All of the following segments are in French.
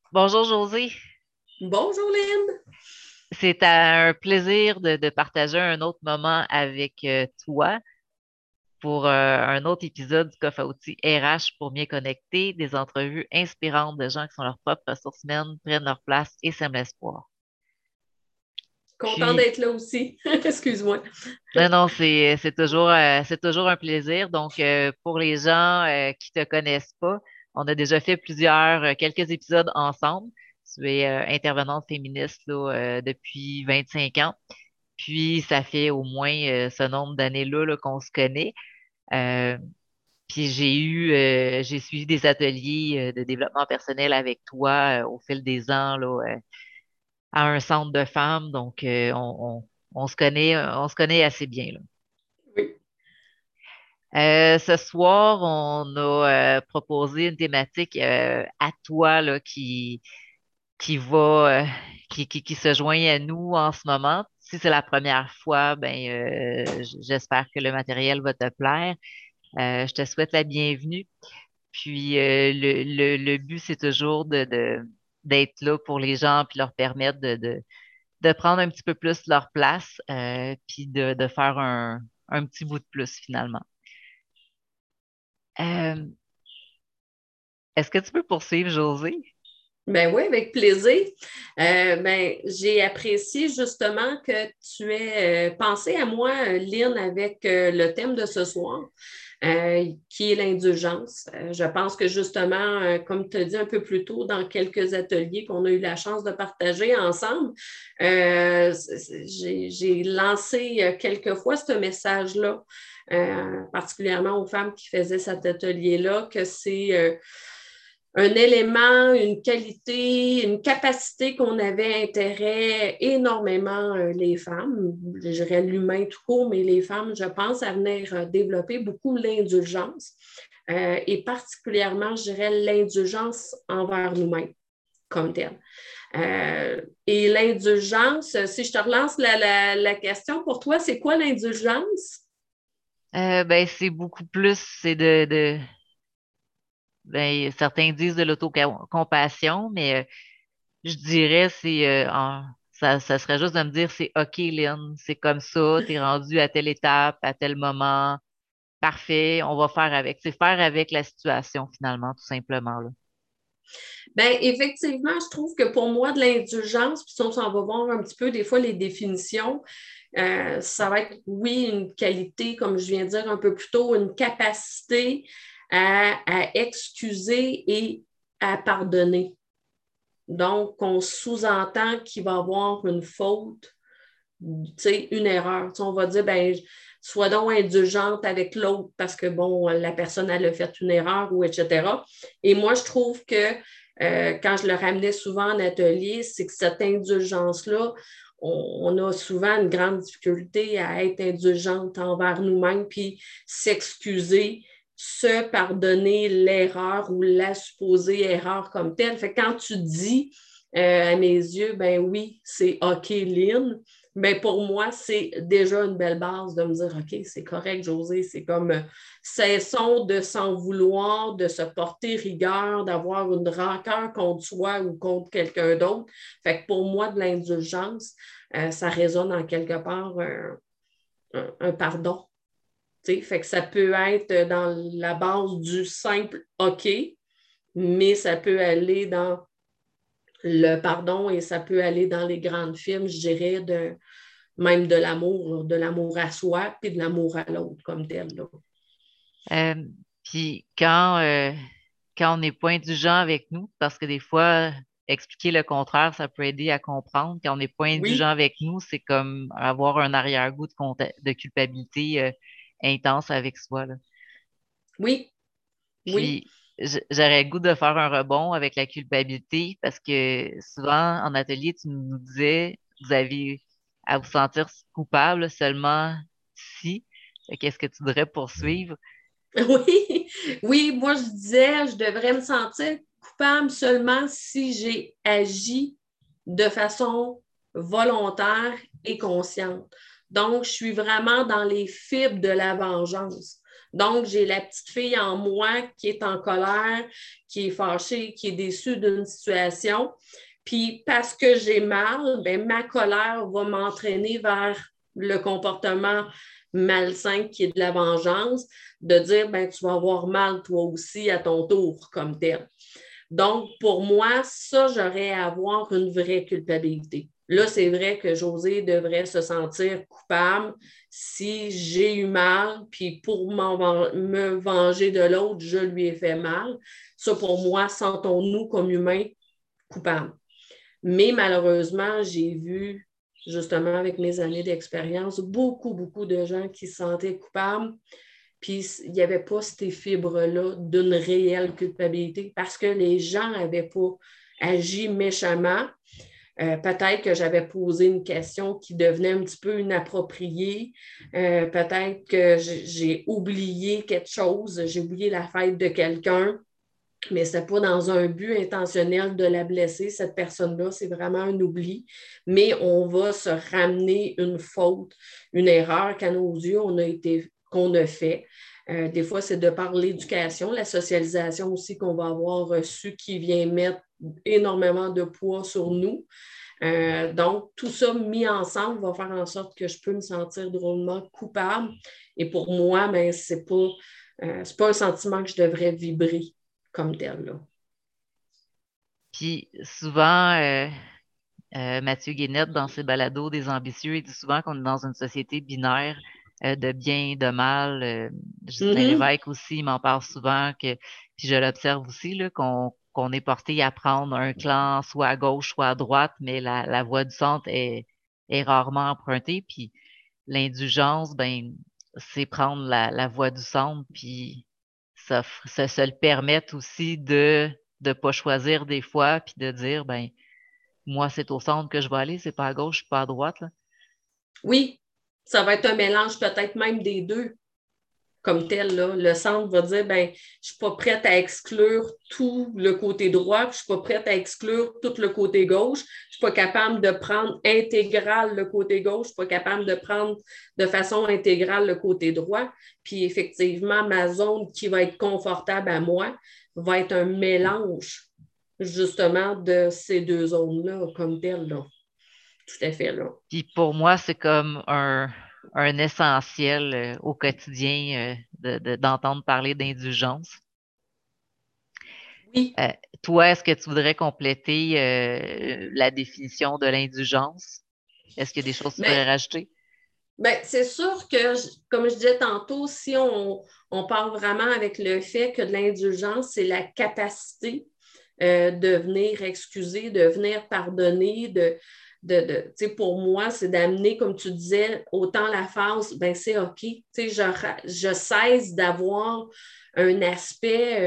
Bonjour José, Bonjour Lynn! c'est un plaisir de partager un autre moment avec toi pour un autre épisode du Coffre à outils RH pour mieux connecter, des entrevues inspirantes de gens qui sont leurs propres ressources humaines, prennent leur place et sèment l'espoir. Content Puis, d'être là aussi. Excuse-moi. non, non, c'est toujours un plaisir. Donc, pour les gens qui te connaissent pas, on a déjà fait quelques épisodes ensemble. Tu es intervenante féministe là, depuis 25 ans. Puis, ça fait au moins ce nombre d'années-là là, qu'on se connaît. Euh, puis, j'ai suivi des ateliers de développement personnel avec toi au fil des ans là, à un centre de femmes. Donc, on se connaît assez bien là. Oui. Ce soir, on a proposé une thématique à toi là, qui va qui se joint à nous en ce moment. Si c'est la première fois, ben j'espère que le matériel va te plaire. Je te souhaite la bienvenue. Puis le but, c'est toujours d'être là pour les gens puis leur permettre de prendre un petit peu plus leur place puis de faire un petit bout de plus finalement. Euh, Est-ce que tu peux poursuivre, José? Ben oui, avec plaisir. J'ai apprécié justement que tu aies pensé à moi, Lynn, avec le thème de ce soir, qui est l'indulgence. Je pense que justement, comme tu as dit un peu plus tôt, dans quelques ateliers qu'on a eu la chance de partager ensemble, j'ai lancé quelques fois ce message-là, particulièrement aux femmes qui faisaient cet atelier-là, que c'est un élément, une qualité, une capacité qu'on avait intérêt énormément, les femmes, je dirais l'humain tout court, mais les femmes, je pense, à venir développer beaucoup l'indulgence et particulièrement, je dirais, l'indulgence envers nous-mêmes comme tel. Et l'indulgence, si je te relance la question pour toi, c'est quoi l'indulgence? Ben, c'est beaucoup plus, ben, certains disent de l'autocompassion, mais je dirais, ça serait juste de me dire, c'est OK, Lynn, c'est comme ça, t'es rendu à telle étape, à tel moment, parfait, on va faire avec. C'est faire avec la situation, finalement, tout simplement, là. Ben, effectivement, je trouve que pour moi, de l'indulgence, puis si on s'en va voir un petit peu des fois les définitions, ça va être, oui, une qualité, comme je viens de dire un peu plus tôt, une capacité à excuser et à pardonner. Donc, on sous-entend qu'il va y avoir une faute, une erreur. On va dire, ben, sois donc indulgente avec l'autre parce que, bon, la personne, elle a fait une erreur ou etc. Et moi, je trouve que quand je le ramenais souvent en atelier, c'est que cette indulgence-là, on a souvent une grande difficulté à être indulgente envers nous-mêmes, puis s'excuser, se pardonner l'erreur ou la supposée erreur comme telle. Fait que quand tu dis, à mes yeux, ben oui, c'est OK, Lynn, mais pour moi, c'est déjà une belle base de me dire, OK, c'est correct, José, c'est comme cessons de s'en vouloir, de se porter rigueur, d'avoir une rancœur contre soi ou contre quelqu'un d'autre. Fait que pour moi, de l'indulgence, ça résonne en quelque part un pardon. T'sais. Fait que ça peut être dans la base du simple OK, mais ça peut aller dans le pardon et ça peut aller dans les grandes films, je dirais, même de l'amour à soi, puis de l'amour à l'autre comme tel. Là. Euh, Puis quand on n'est pas indulgent avec nous, parce que des fois, expliquer le contraire, ça peut aider à comprendre. Quand on n'est pas indulgent Oui, avec nous, c'est comme avoir un arrière-goût de culpabilité intense avec soi, là. oui, oui. Puis j'aurais le goût de faire un rebond avec la culpabilité parce que souvent en atelier, tu nous disais, vous avez à vous sentir coupable seulement si. Qu'est-ce que tu devrais poursuivre? Oui, oui, moi je disais, je devrais me sentir coupable seulement si j'ai agi de façon volontaire et consciente. Donc, je suis vraiment dans les fibres de la vengeance. Donc, j'ai la petite fille en moi qui est en colère, qui est fâchée, qui est déçue d'une situation. Puis, parce que j'ai mal, ben, ma colère va m'entraîner vers le comportement malsain qui est de la vengeance, de dire, ben, tu vas avoir mal toi aussi à ton tour comme tel. Donc, pour moi, ça, j'aurais à avoir une vraie culpabilité. Là, c'est vrai que José devrait se sentir coupable si j'ai eu mal, puis pour me venger de l'autre, je lui ai fait mal. Ça, pour moi, sentons-nous comme humains coupables. Mais malheureusement, j'ai vu, justement, avec mes années d'expérience, beaucoup, beaucoup de gens qui se sentaient coupables. Puis il n'y avait pas ces fibres-là d'une réelle culpabilité parce que les gens n'avaient pas agi méchamment. Peut-être que j'avais posé une question qui devenait un petit peu inappropriée. Peut-être que j'ai oublié quelque chose, j'ai oublié la fête de quelqu'un, mais ce n'est pas dans un but intentionnel de la blesser, cette personne-là, c'est vraiment un oubli. Mais on va se ramener une faute, une erreur qu'à nos yeux, qu'on a fait. Des fois, c'est de par l'éducation, la socialisation aussi qu'on va avoir reçue qui vient mettre énormément de poids sur nous. Donc, tout ça mis ensemble va faire en sorte que je peux me sentir drôlement coupable. Et pour moi, ben, c'est pas un sentiment que je devrais vibrer comme tel. Là. Puis souvent, Mathieu Guénette, dans ses balados des ambitieux, il dit souvent qu'on est dans une société binaire de bien et de mal. Justin Mm-hmm. Lévesque aussi, il m'en parle souvent, puis je l'observe aussi, là, qu'on est porté à prendre un clan soit à gauche, soit à droite, mais la voie du centre est rarement empruntée. Puis l'indulgence, ben, c'est prendre la voie du centre, puis ça se le permettre aussi de ne pas choisir des fois, puis de dire, ben, moi, c'est au centre que je vais aller, c'est pas à gauche, pas à droite, là. Oui, ça va être un mélange peut-être même des deux comme tel. Là. Le centre va dire, ben, je ne suis pas prête à exclure tout le côté droit, puis je ne suis pas prête à exclure tout le côté gauche. Je ne suis pas capable de prendre intégral le côté gauche, je ne suis pas capable de prendre de façon intégrale le côté droit. Puis effectivement, ma zone qui va être confortable à moi va être un mélange justement de ces deux zones-là comme telles. Là. Tout à fait, là. Puis pour moi, c'est comme un essentiel au quotidien d'entendre parler d'indulgence. Oui, Euh, Toi, est-ce que tu voudrais compléter la définition de l'indulgence? Est-ce qu'il y a des choses que tu mais voudrais rajouter? ben, c'est sûr que, comme je disais tantôt, si on part vraiment avec le fait que de l'indulgence, c'est la capacité de venir excuser, de venir pardonner, tu sais, pour moi, c'est d'amener, comme tu disais, autant la phase, ben c'est OK. Tu sais, je cesse d'avoir un aspect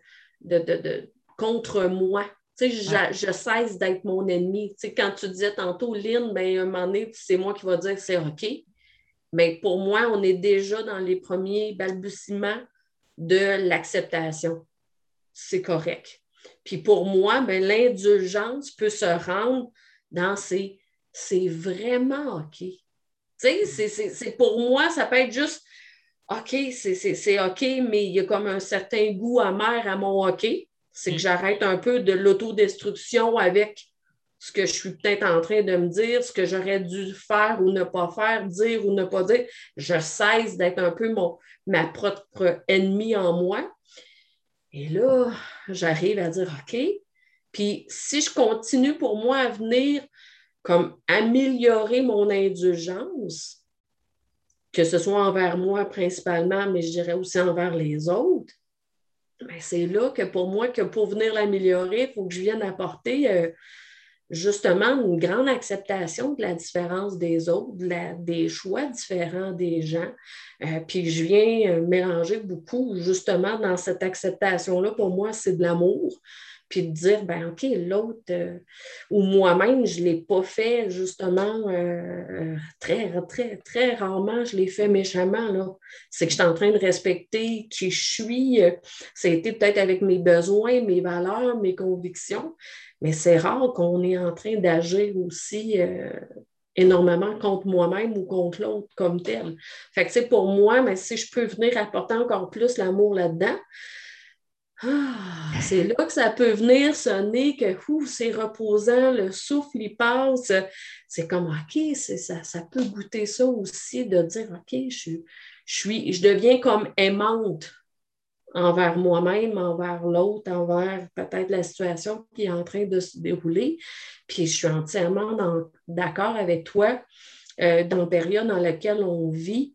contre moi. Tu sais, Ouais. je cesse d'être mon ennemi. Tu sais, quand tu disais tantôt, Lynn, ben, à un moment donné, c'est moi qui va dire que c'est OK. Mais pour moi, on est déjà dans les premiers balbutiements de l'acceptation. C'est correct. Puis pour moi, ben, l'indulgence peut se rendre dans c'est vraiment OK. Tu sais, c'est pour moi, ça peut être juste OK, c'est OK, mais il y a comme un certain goût amer à mon OK. C'est que Mm. j'arrête un peu de l'autodestruction avec ce que je suis peut-être en train de me dire, ce que j'aurais dû faire ou ne pas faire, dire ou ne pas dire. Je cesse d'être un peu ma propre ennemie en moi. Et là, j'arrive à dire OK. Puis si je continue pour moi à venir comme améliorer mon indulgence, que ce soit envers moi principalement, mais je dirais aussi envers les autres, ben c'est là que pour moi, que pour venir l'améliorer, il faut que je vienne apporter justement une grande acceptation de la différence des autres, des choix différents des gens. Puis je viens mélanger beaucoup justement dans cette acceptation-là. Pour moi, c'est de l'amour. Puis de dire, ben OK, l'autre, ou moi-même, je ne l'ai pas fait justement très, très, très rarement, je l'ai fait méchamment. Là. C'est que je suis en train de respecter qui je suis. Ça a été peut-être avec mes besoins, mes valeurs, mes convictions. Mais c'est rare qu'on est en train d'agir aussi énormément contre moi-même ou contre l'autre comme tel. Fait que, tu sais, pour moi, mais si je peux venir apporter encore plus l'amour là-dedans, c'est là que ça peut venir sonner que c'est reposant, le souffle, il passe. C'est comme, OK, ça peut goûter ça aussi, de dire, OK, je deviens comme aimante envers moi-même, envers l'autre, envers peut-être la situation qui est en train de se dérouler. Puis je suis entièrement d'accord avec toi dans la période dans laquelle on vit.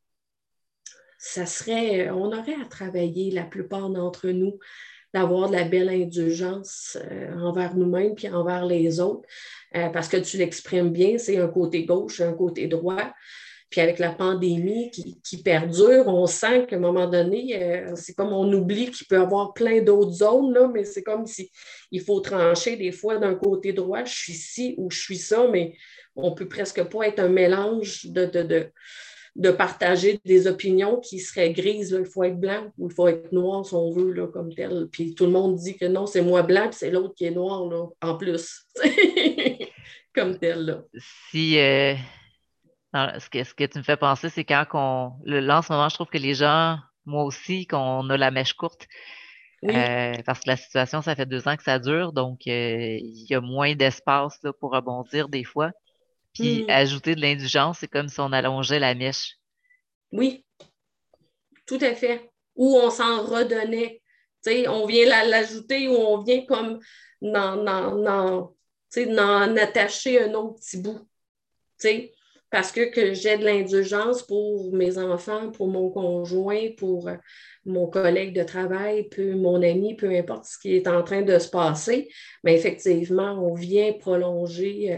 On aurait à travailler la plupart d'entre nous d'avoir de la belle indulgence envers nous-mêmes puis envers les autres. Parce que tu l'exprimes bien, c'est un côté gauche, un côté droit. Puis avec la pandémie qui perdure, on sent qu'à un moment donné, c'est comme on oublie qu'il peut y avoir plein d'autres zones, là, mais c'est comme si il faut trancher des fois d'un côté droit, je suis ci ou je suis ça, mais on ne peut presque pas être un mélange de partager des opinions qui seraient grises. Là. Il faut être blanc ou il faut être noir si on veut, là, comme tel. Puis tout le monde dit que non, c'est moi blanc, puis c'est l'autre qui est noir, là, en plus. Comme tel, là. Si, ce que tu me fais penser, c'est là, en ce moment, je trouve que les gens, moi aussi, qu'on a la mèche courte, Oui. parce que la situation, ça fait 2 ans que ça dure, donc il y a moins d'espace là, pour rebondir des fois. Puis Hmm. ajouter de l'indulgence, c'est comme si on allongeait la mèche. Oui, tout à fait. Ou on s'en redonnait. T'sais, on vient l'ajouter ou on vient comme n'en attacher un autre petit bout. T'sais. Parce que j'ai de l'indulgence pour mes enfants, pour mon conjoint, pour mon collègue de travail, mon ami, peu importe ce qui est en train de se passer. Mais effectivement, on vient prolonger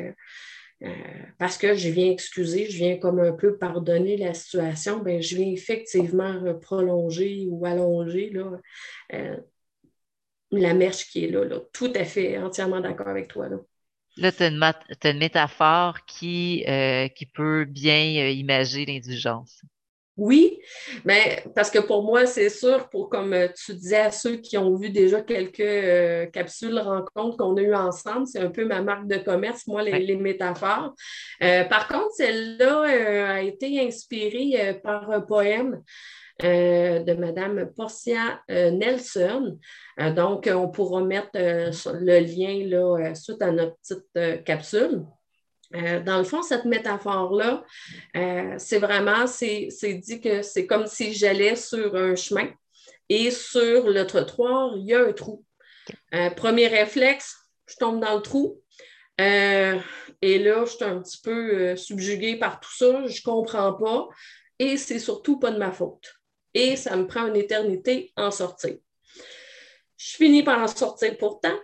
parce que je viens excuser, je viens comme un peu pardonner la situation, bien, je viens effectivement prolonger ou allonger là, euh, la mèche qui est là, là. Tout à fait, entièrement d'accord avec toi. Là. Là, t'as une métaphore qui peut bien imager l'indulgence. Oui, mais parce que pour moi, c'est sûr, pour comme tu disais à ceux qui ont vu déjà quelques capsules rencontres qu'on a eues ensemble, c'est un peu ma marque de commerce, moi, Ouais. les métaphores. Par contre, celle-là a été inspirée par un poème de Madame Portia Nelson. Donc, on pourra mettre le lien là, suite à notre petite capsule. Dans le fond, cette métaphore-là, c'est vraiment, c'est dit que c'est comme si j'allais sur un chemin et sur le trottoir, il y a un trou. Premier réflexe, je tombe dans le trou. Euh, et là, je suis un petit peu subjuguée par tout ça, je ne comprends pas et c'est surtout pas de ma faute. Et ça me prend une éternité en sortir. Je finis par en sortir pourtant.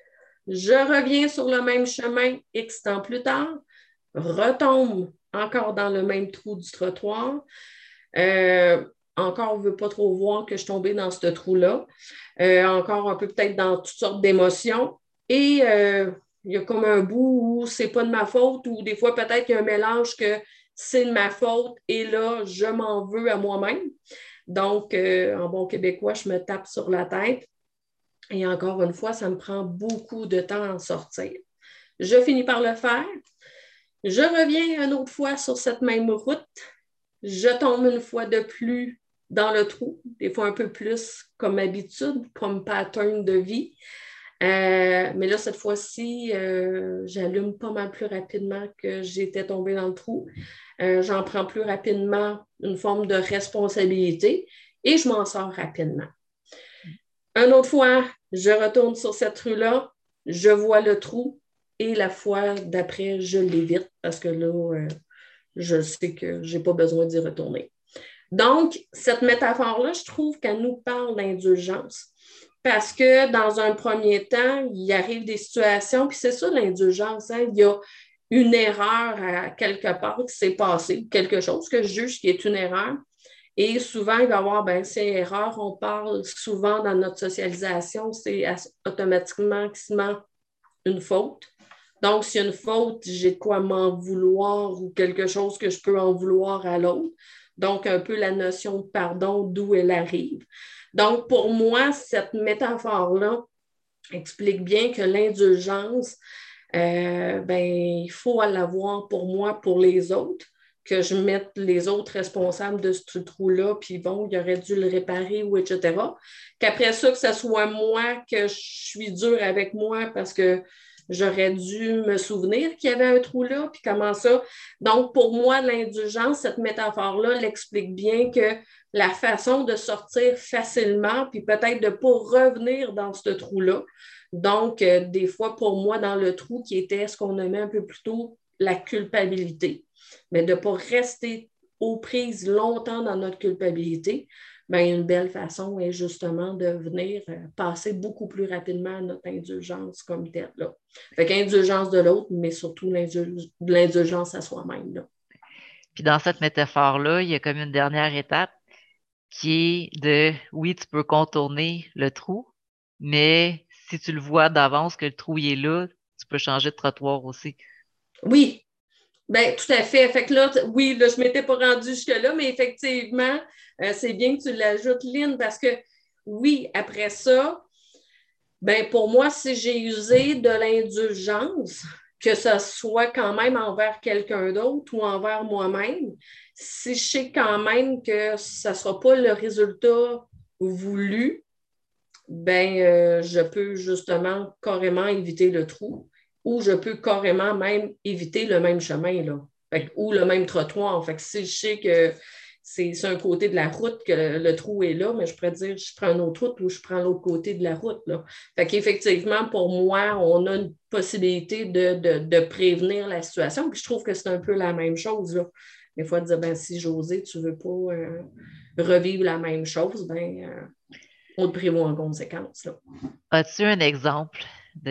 Je reviens sur le même chemin X temps plus tard, retombe encore dans le même trou du trottoir. Encore, on ne veut pas trop voir que je suis tombée dans ce trou-là. Encore un peu peut-être dans toutes sortes d'émotions. Et il y a comme un bout où c'est pas de ma faute, ou des fois peut-être qu'il y a un mélange que c'est de ma faute et là, je m'en veux à moi-même. Donc, en bon québécois, je me tape sur la tête. Et encore une fois, ça me prend beaucoup de temps à en sortir. Je finis par le faire. Je reviens une autre fois sur cette même route. Je tombe une fois de plus dans le trou, des fois un peu plus comme habitude, comme pattern de vie. Mais là, cette fois-ci, j'allume pas mal plus rapidement que j'étais tombée dans le trou. J'en prends plus rapidement une forme de responsabilité et je m'en sors rapidement. Une autre fois, je retourne sur cette rue-là, je vois le trou et la fois d'après, je l'évite parce que là, je sais que je n'ai pas besoin d'y retourner. Donc, cette métaphore-là, je trouve qu'elle nous parle d'indulgence. Parce que dans un premier temps, il arrive des situations, puis c'est ça l'indulgence, hein, il y a une erreur à quelque part qui s'est passée, quelque chose que je juge qui est une erreur. Et souvent, il va y avoir ces erreurs, on parle souvent dans notre socialisation, c'est automatiquement une faute. Donc, s'il y a une faute, j'ai de quoi m'en vouloir ou quelque chose que je peux en vouloir à l'autre. Donc, un peu la notion de pardon, d'où elle arrive. Donc, pour moi, cette métaphore-là explique bien que l'indulgence, ben, il faut l'avoir pour moi, pour les autres, que je mette les autres responsables de ce trou-là, puis bon, il aurait dû le réparer ou etc. Qu'après ça, que ce soit moi, que je suis dure avec moi parce que j'aurais dû me souvenir qu'il y avait un trou là, puis comment ça. Donc, pour moi, l'indulgence, cette métaphore-là l'explique bien que la façon de sortir facilement, puis peut-être de ne pas revenir dans ce trou-là. Donc, des fois, pour moi, dans le trou qui était ce qu'on nommait un peu plus tôt la culpabilité, mais de ne pas rester aux prises longtemps dans notre culpabilité, bien, une belle façon est justement de venir passer beaucoup plus rapidement à notre indulgence comme telle. Là. Fait qu'indulgence de l'autre, mais surtout l'indulgence à soi-même. Là. Puis dans cette métaphore-là, il y a comme une dernière étape qui est de, oui, tu peux contourner le trou, mais si tu le vois d'avance que le trou il est là, tu peux changer de trottoir aussi. Oui, bien, tout à fait. Fait que là, oui, là, je ne m'étais pas rendue jusque-là, mais effectivement, c'est bien que tu l'ajoutes, Lynn, parce que oui, après ça, ben pour moi, si j'ai usé de l'indulgence, que ce soit quand même envers quelqu'un d'autre ou envers moi-même, si je sais quand même que ça ne sera pas le résultat voulu, ben je peux justement carrément éviter le trou ou je peux carrément même éviter le même chemin, là. Ou le même trottoir. Fait que si je sais que c'est un côté de la route que le trou est là, mais je pourrais dire je prends une autre route ou je prends l'autre côté de la route. Là. Fait qu'effectivement, pour moi, on a une possibilité de prévenir la situation. Puis je trouve que c'est un peu la même chose. Là. Des fois, de dire ben, si José, tu ne veux pas revivre la même chose, ben, on le prévoit en conséquence. Là. As-tu un exemple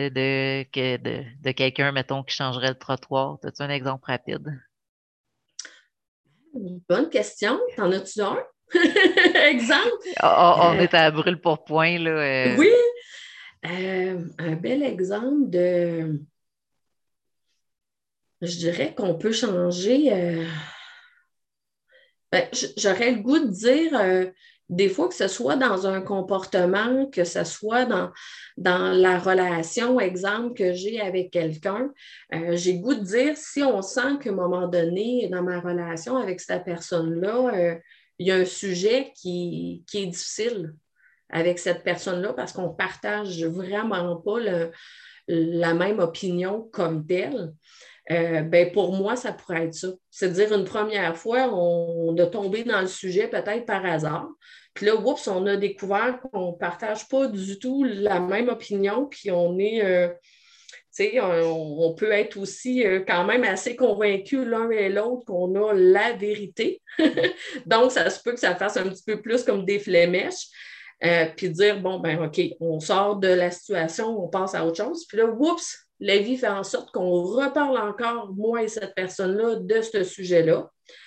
de quelqu'un, mettons, qui changerait le trottoir? As-tu un exemple rapide? Bonne question. T'en as-tu un? Exemple? On Euh, est à brûle pour point, là. oui, un bel exemple de, je dirais qu'on peut changer. Ben, j'aurais le goût de dire des fois que ce soit dans un comportement, que ce soit dans la relation, exemple, que j'ai avec quelqu'un, j'ai le goût de dire si on sent qu'à un moment donné, dans ma relation avec cette personne-là, il y a un sujet qui est difficile avec cette personne-là parce qu'on ne partage vraiment pas la même opinion comme telle. Ben pour moi, ça pourrait être ça. C'est-à-dire, une première fois, on a tombé dans le sujet peut-être par hasard. Puis là, oups, on a découvert qu'on ne partage pas du tout la même opinion, puis on est, tu sais, on peut être aussi quand même assez convaincus l'un et l'autre qu'on a la vérité. Donc, ça se peut que ça fasse un petit peu plus comme des flémèches. Puis dire, bon, ben OK, on sort de la situation, on passe à autre chose. Puis là, oups, la vie fait en sorte qu'on reparle encore, moi et cette personne-là, de ce sujet-là.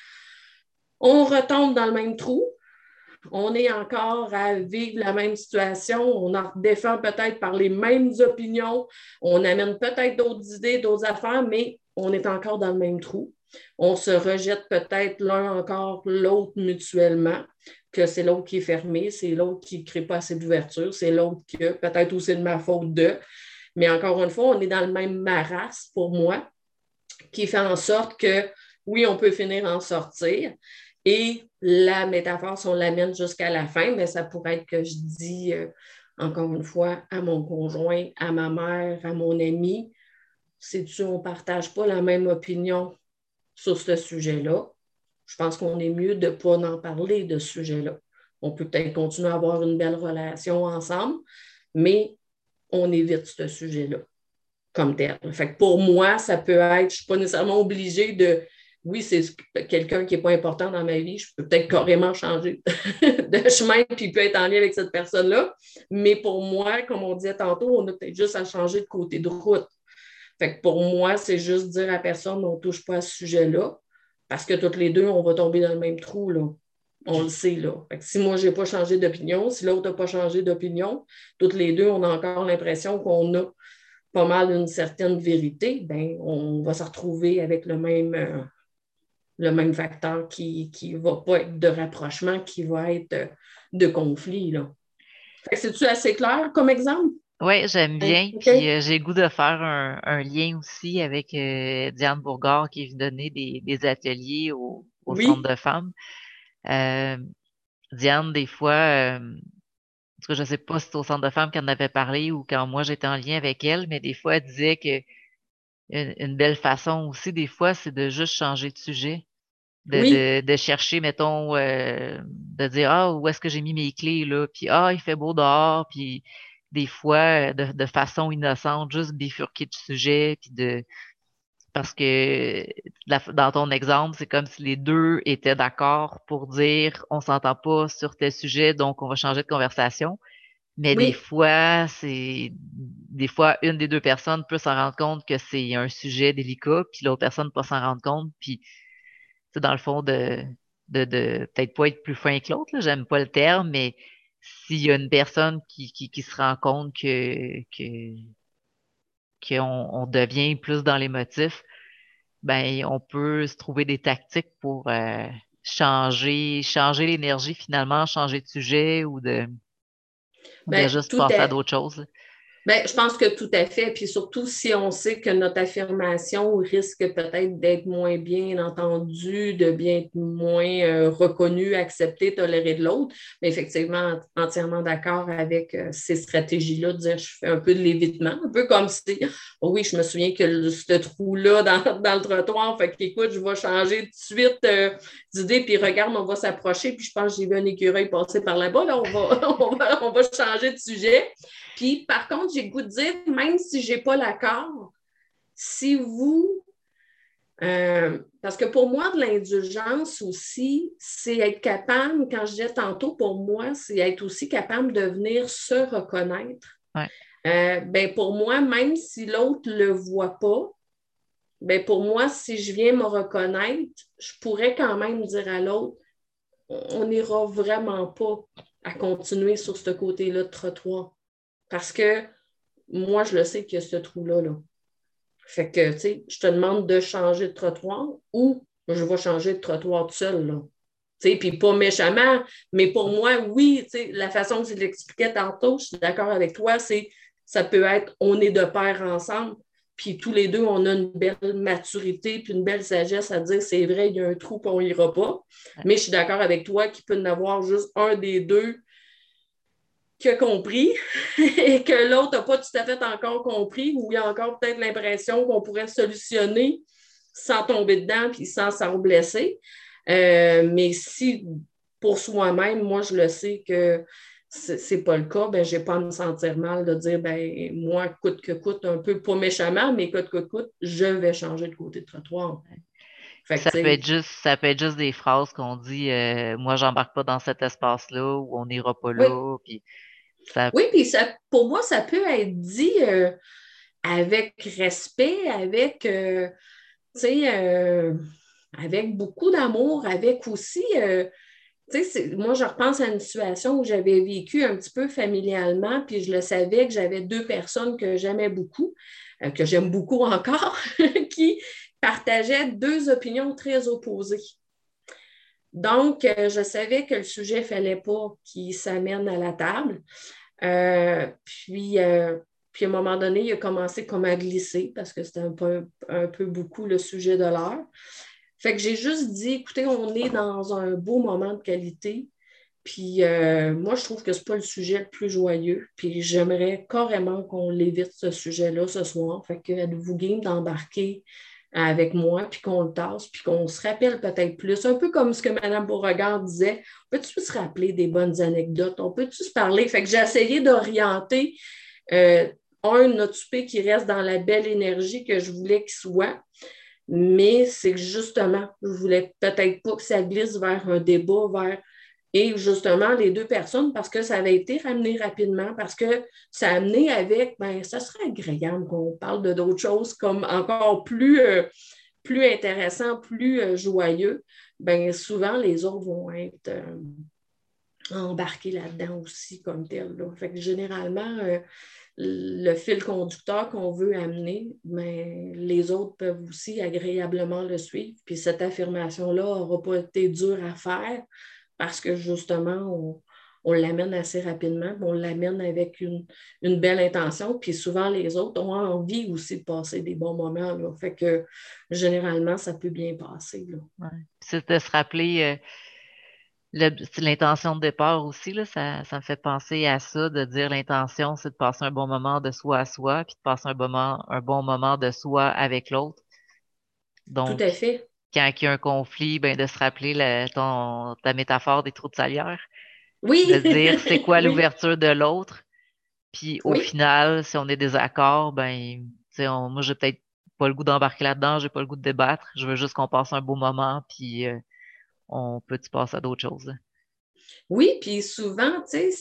On retombe dans le même trou. On est encore à vivre la même situation. On en défend peut-être par les mêmes opinions. On amène peut-être d'autres idées, d'autres affaires, mais on est encore dans le même trou. On se rejette peut-être l'un encore l'autre mutuellement, que c'est l'autre qui est fermé, c'est l'autre qui ne crée pas assez d'ouverture, c'est l'autre que peut-être aussi de ma faute de. Mais encore une fois, on est dans le même maras pour moi, qui fait en sorte que oui, on peut finir en sortir. Et la métaphore, si on l'amène jusqu'à la fin, bien, ça pourrait être que je dis, encore une fois, à mon conjoint, à ma mère, à mon ami, sais-tu, on ne partage pas la même opinion sur ce sujet-là. Je pense qu'on est mieux de ne pas en parler de ce sujet-là. On peut peut-être continuer à avoir une belle relation ensemble, mais on évite ce sujet-là comme tel. Fait que pour moi, ça peut être, je ne suis pas nécessairement obligée de, oui, c'est quelqu'un qui n'est pas important dans ma vie, je peux peut-être carrément changer de chemin puis peut être en lien avec cette personne-là. Mais pour moi, comme on disait tantôt, on a peut-être juste à changer de côté de route. Fait que pour moi, c'est juste dire à la personne, on ne touche pas à ce sujet-là, parce que toutes les deux, on va tomber dans le même trou, là. On le sait, là. Fait que si moi, je n'ai pas changé d'opinion, si l'autre n'a pas changé d'opinion, toutes les deux, on a encore l'impression qu'on a pas mal une certaine vérité, ben, on va se retrouver avec le même facteur qui ne va pas être de rapprochement, qui va être de conflit. Là. C'est-tu assez clair comme exemple? Oui, j'aime bien. OK? Puis j'ai le goût de faire un lien aussi avec Diane Bourgard qui est venue donner des ateliers au Centre Oui, de femmes. Euh, Diane, des fois, en tout cas, je sais pas si c'est au Centre de femmes qu'elle en avait parlé ou quand moi j'étais en lien avec elle, mais des fois, elle disait que une belle façon aussi, des fois, c'est de juste changer de sujet. oui, De chercher, mettons, de dire, ah, où est-ce que j'ai mis mes clés, là? Puis, ah, il fait beau dehors, puis des fois, de façon innocente, juste bifurquer de sujet, puis parce que dans ton exemple, c'est comme si les deux étaient d'accord pour dire, on s'entend pas sur tel sujet, donc on va changer de conversation. Mais oui. des fois, une des deux personnes peut s'en rendre compte que c'est un sujet délicat, puis l'autre personne peut s'en rendre compte, puis c'est dans le fond de peut-être pas être plus fin que l'autre, là, j'aime pas le terme, mais s'il y a une personne qui se rend compte qu'on devient plus dans les motifs, ben on peut se trouver des tactiques pour changer l'énergie finalement, changer de sujet ou de Bien, juste tout passer à est. d'autres choses. Bien, je pense que tout à fait. Puis surtout si on sait que notre affirmation risque peut-être d'être moins bien entendue, de bien être moins reconnue, acceptée, tolérée de l'autre. Mais effectivement, entièrement d'accord avec ces stratégies-là, de dire je fais un peu de l'évitement, un peu comme si, oh oui, je me souviens que ce trou-là dans le trottoir, fait qu'écoute, je vais changer tout de suite d'idée, puis regarde, on va s'approcher, puis je pense que j'ai vu un écureuil passer par là-bas, là, on va changer de sujet. Puis, par contre, j'ai le goût de dire, même si je n'ai pas l'accord, si vous. Parce que pour moi, de l'indulgence aussi, c'est être capable, quand je disais tantôt, pour moi, c'est être aussi capable de venir se reconnaître. Ouais. Ben pour moi, même si l'autre ne le voit pas, ben pour moi, si je viens me reconnaître, je pourrais quand même dire à l'autre, on n'ira vraiment pas à continuer sur ce côté-là de trottoir. Parce que moi, je le sais qu'il y a ce trou-là. Là. Fait que, tu sais, je te demande de changer de trottoir ou je vais changer de trottoir tout seul, là. Tu sais, puis pas méchamment, mais pour moi, oui, tu sais, la façon que je l'expliquais tantôt, je suis d'accord avec toi, c'est ça peut être on est de pair ensemble, puis tous les deux, on a une belle maturité puis une belle sagesse à dire c'est vrai, il y a un trou, puis on n'ira pas. Ouais. Mais je suis d'accord avec toi qu'il peut y en avoir juste un des deux qui a compris et que l'autre n'a pas tout à fait encore compris ou il y a encore peut-être l'impression qu'on pourrait solutionner sans tomber dedans puis sans s'en blesser. Mais si pour soi-même, moi, je le sais que c'est pas le cas, ben, j'ai pas à me sentir mal de dire, ben, moi, coûte que coûte, un peu pas méchamment, mais coûte que coûte, je vais changer de côté de trottoir. Puis Fait que, tu sais, ça peut être juste des phrases qu'on dit, moi, j'embarque pas dans cet espace-là ou on n'ira pas oui, là. Puis ça, oui, puis ça, pour moi, ça peut être dit avec respect, avec tu sais, avec beaucoup d'amour, avec aussi, tu sais, moi, je repense à une situation où j'avais vécu un petit peu familialement, puis je le savais que j'avais deux personnes que j'aimais beaucoup, que j'aime beaucoup encore, qui partageaient deux opinions très opposées. Donc, je savais que le sujet ne fallait pas qu'il s'amène à la table. Euh, puis, euh, puis, à un moment donné, il a commencé comme à glisser parce que c'était un peu beaucoup le sujet de l'heure. Fait que j'ai juste dit, écoutez, on est dans un beau moment de qualité. Puis moi, je trouve que ce n'est pas le sujet le plus joyeux. Puis j'aimerais carrément qu'on l'évite ce sujet-là ce soir. Fait que êtes-vous game d'embarquer avec moi, puis qu'on le tasse, puis qu'on se rappelle peut-être plus. Un peu comme ce que Mme Beauregard disait. Peux-tu se rappeler des bonnes anecdotes? On peut-tu se parler? Fait que j'ai essayé d'orienter euh, notre souper qui reste dans la belle énergie que je voulais qu'il soit. Mais c'est que justement, je voulais peut-être pas que ça glisse vers un débat, vers et justement, les deux personnes, parce que ça avait été ramené rapidement, parce que ça a amené avec, ben, ça serait agréable qu'on parle de d'autres choses comme encore plus intéressant, plus joyeux. Ben, souvent, les autres vont être embarqués là-dedans aussi comme tel. Là. Fait que généralement, le fil conducteur qu'on veut amener, mais les autres peuvent aussi agréablement le suivre. Puis cette affirmation-là n'aura pas été dure à faire parce que justement, on l'amène assez rapidement, puis on l'amène avec une belle intention, puis souvent les autres ont envie aussi de passer des bons moments, là. Fait que généralement, ça peut bien passer, là. Ouais. Puis c'est de se rappeler c'est l'intention de départ aussi, là, ça me fait penser à ça, de dire l'intention, c'est de passer un bon moment de soi à soi, puis de passer un bon moment de soi avec l'autre. Tout Donc, à fait. quand il y a un conflit, ben de se rappeler ta métaphore des trous de salière, de Oui, dire c'est quoi oui, l'ouverture de l'autre, puis au oui. final, si on est désaccord, ben, tu sais, moi j'ai peut-être pas le goût d'embarquer là-dedans, j'ai pas le goût de débattre, je veux juste qu'on passe un beau moment, puis on peut-tu passer à d'autres choses. Oui, puis souvent, tu sais,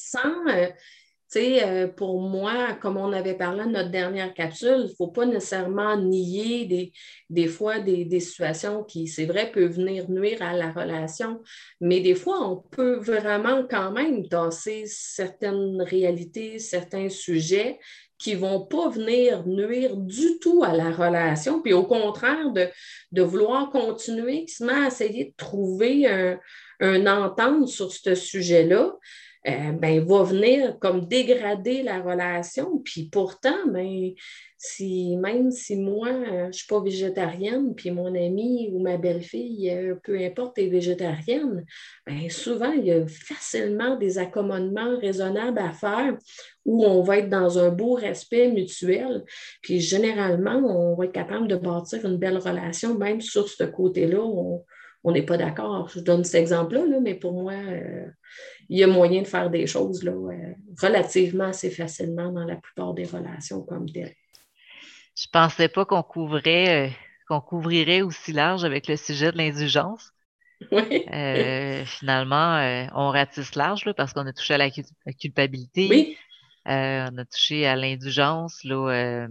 pour moi, comme on avait parlé de notre dernière capsule, il ne faut pas nécessairement nier des fois des situations qui, c'est vrai, peuvent venir nuire à la relation, mais des fois, on peut vraiment quand même tasser certaines réalités, certains sujets qui ne vont pas venir nuire du tout à la relation, puis au contraire, de vouloir continuer, à essayer de trouver un entente sur ce sujet-là, ben, va venir comme dégrader la relation. Puis pourtant, ben, même si moi, je ne suis pas végétarienne, puis mon amie ou ma belle-fille, peu importe, est végétarienne, ben, souvent, il y a facilement des accommodements raisonnables à faire où on va être dans un beau respect mutuel. Puis généralement, on va être capable de bâtir une belle relation, même sur ce côté-là. On n'est pas d'accord. Je donne cet exemple-là, là, mais pour moi, il y a moyen de faire des choses là, relativement assez facilement dans la plupart des relations comme telles. Je pensais pas qu'on couvrirait aussi large avec le sujet de l'indulgence. Oui, Finalement, on ratisse large là, parce qu'on a touché à la culpabilité, oui, on a touché à l'indulgence, là,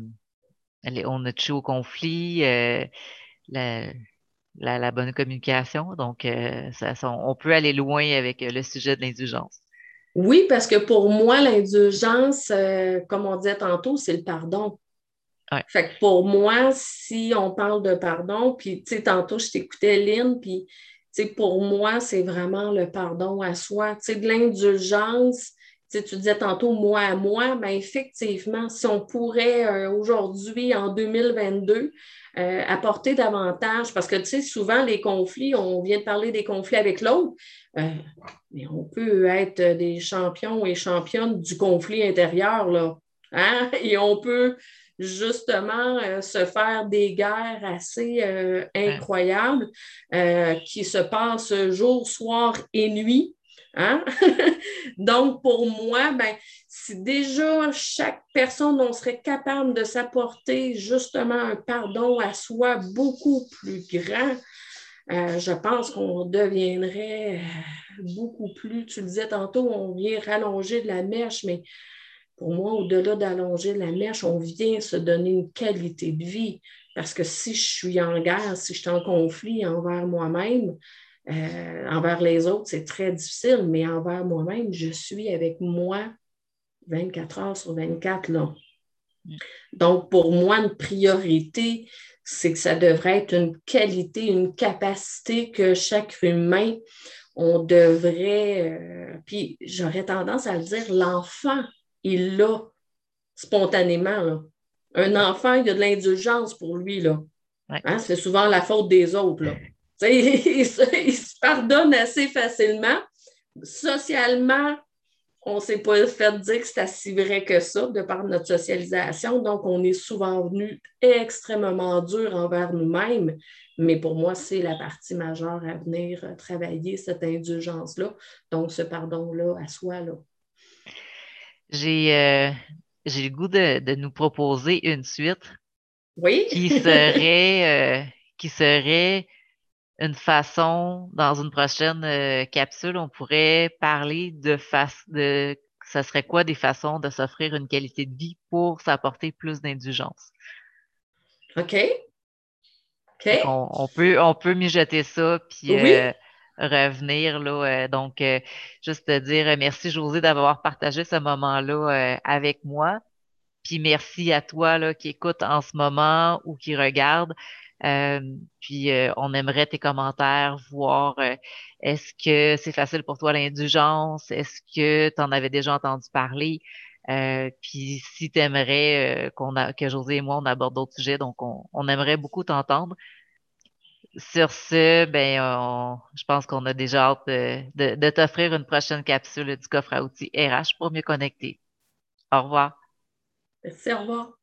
on a touché au conflit, la, la bonne communication. Donc, on peut aller loin avec le sujet de l'indulgence. oui, parce que pour moi, l'indulgence, comme on disait tantôt, c'est le pardon. Ouais. Fait que pour moi, si on parle de pardon, puis tu sais, tantôt, je t'écoutais, Lynn, puis tu sais, pour moi, c'est vraiment le pardon à soi. Tu sais, de l'indulgence, tu sais, tu disais tantôt moi à moi, mais effectivement, si on pourrait aujourd'hui, en 2022, apporter davantage, parce que tu sais, souvent, les conflits, on vient de parler des conflits avec l'autre, euh, mais on peut être des champions et championnes du conflit intérieur, là. Hein? Et on peut justement se faire des guerres assez Ouais. incroyables qui se passent jour, soir et nuit. Hein? Donc, pour moi, ben, si déjà chaque personne, on serait capable de s'apporter justement un pardon à soi beaucoup plus grand, je pense qu'on deviendrait beaucoup plus, tu le disais tantôt, on vient rallonger de la mèche, mais pour moi, au-delà d'allonger la mèche, on vient se donner une qualité de vie. Parce que si je suis en guerre, si je suis en conflit envers moi-même, envers les autres, c'est très difficile, mais envers moi-même, je suis avec moi 24 heures sur 24 là. Donc, pour moi, une priorité, c'est que ça devrait être une qualité, une capacité que chaque humain, on devrait, puis j'aurais tendance à le dire, l'enfant, il l'a spontanément. Là. Un enfant, il y a de l'indulgence pour lui. Là. Ouais. Hein? C'est souvent la faute des autres. Là. Il se pardonne assez facilement. Socialement, on ne s'est pas fait dire que c'est si vrai que ça de par notre socialisation. Donc, on est souvent venu extrêmement dur envers nous-mêmes. Mais pour moi, c'est la partie majeure à venir travailler, cette indulgence-là. Donc, ce pardon-là à soi. Là. J'ai euh, j'ai le goût de nous proposer une suite Oui? qui serait, qui serait une façon, dans une prochaine capsule, on pourrait parler ça serait quoi des façons de s'offrir une qualité de vie pour s'apporter plus d'indulgence. OK. Fait OK. on peut mijoter ça puis Oui? revenir là. Donc, juste te dire merci José d'avoir partagé ce moment-là avec moi. Puis merci à toi là, qui écoute en ce moment ou qui regarde. Euh, puis, on aimerait tes commentaires, voir est-ce que c'est facile pour toi l'indulgence? Est-ce que tu en avais déjà entendu parler? Puis si tu aimerais que José et moi, on aborde d'autres sujets, donc on aimerait beaucoup t'entendre. Sur ce, je pense qu'on a déjà hâte de t'offrir une prochaine capsule du coffre à outils RH pour mieux connecter. Au revoir. Merci, au revoir.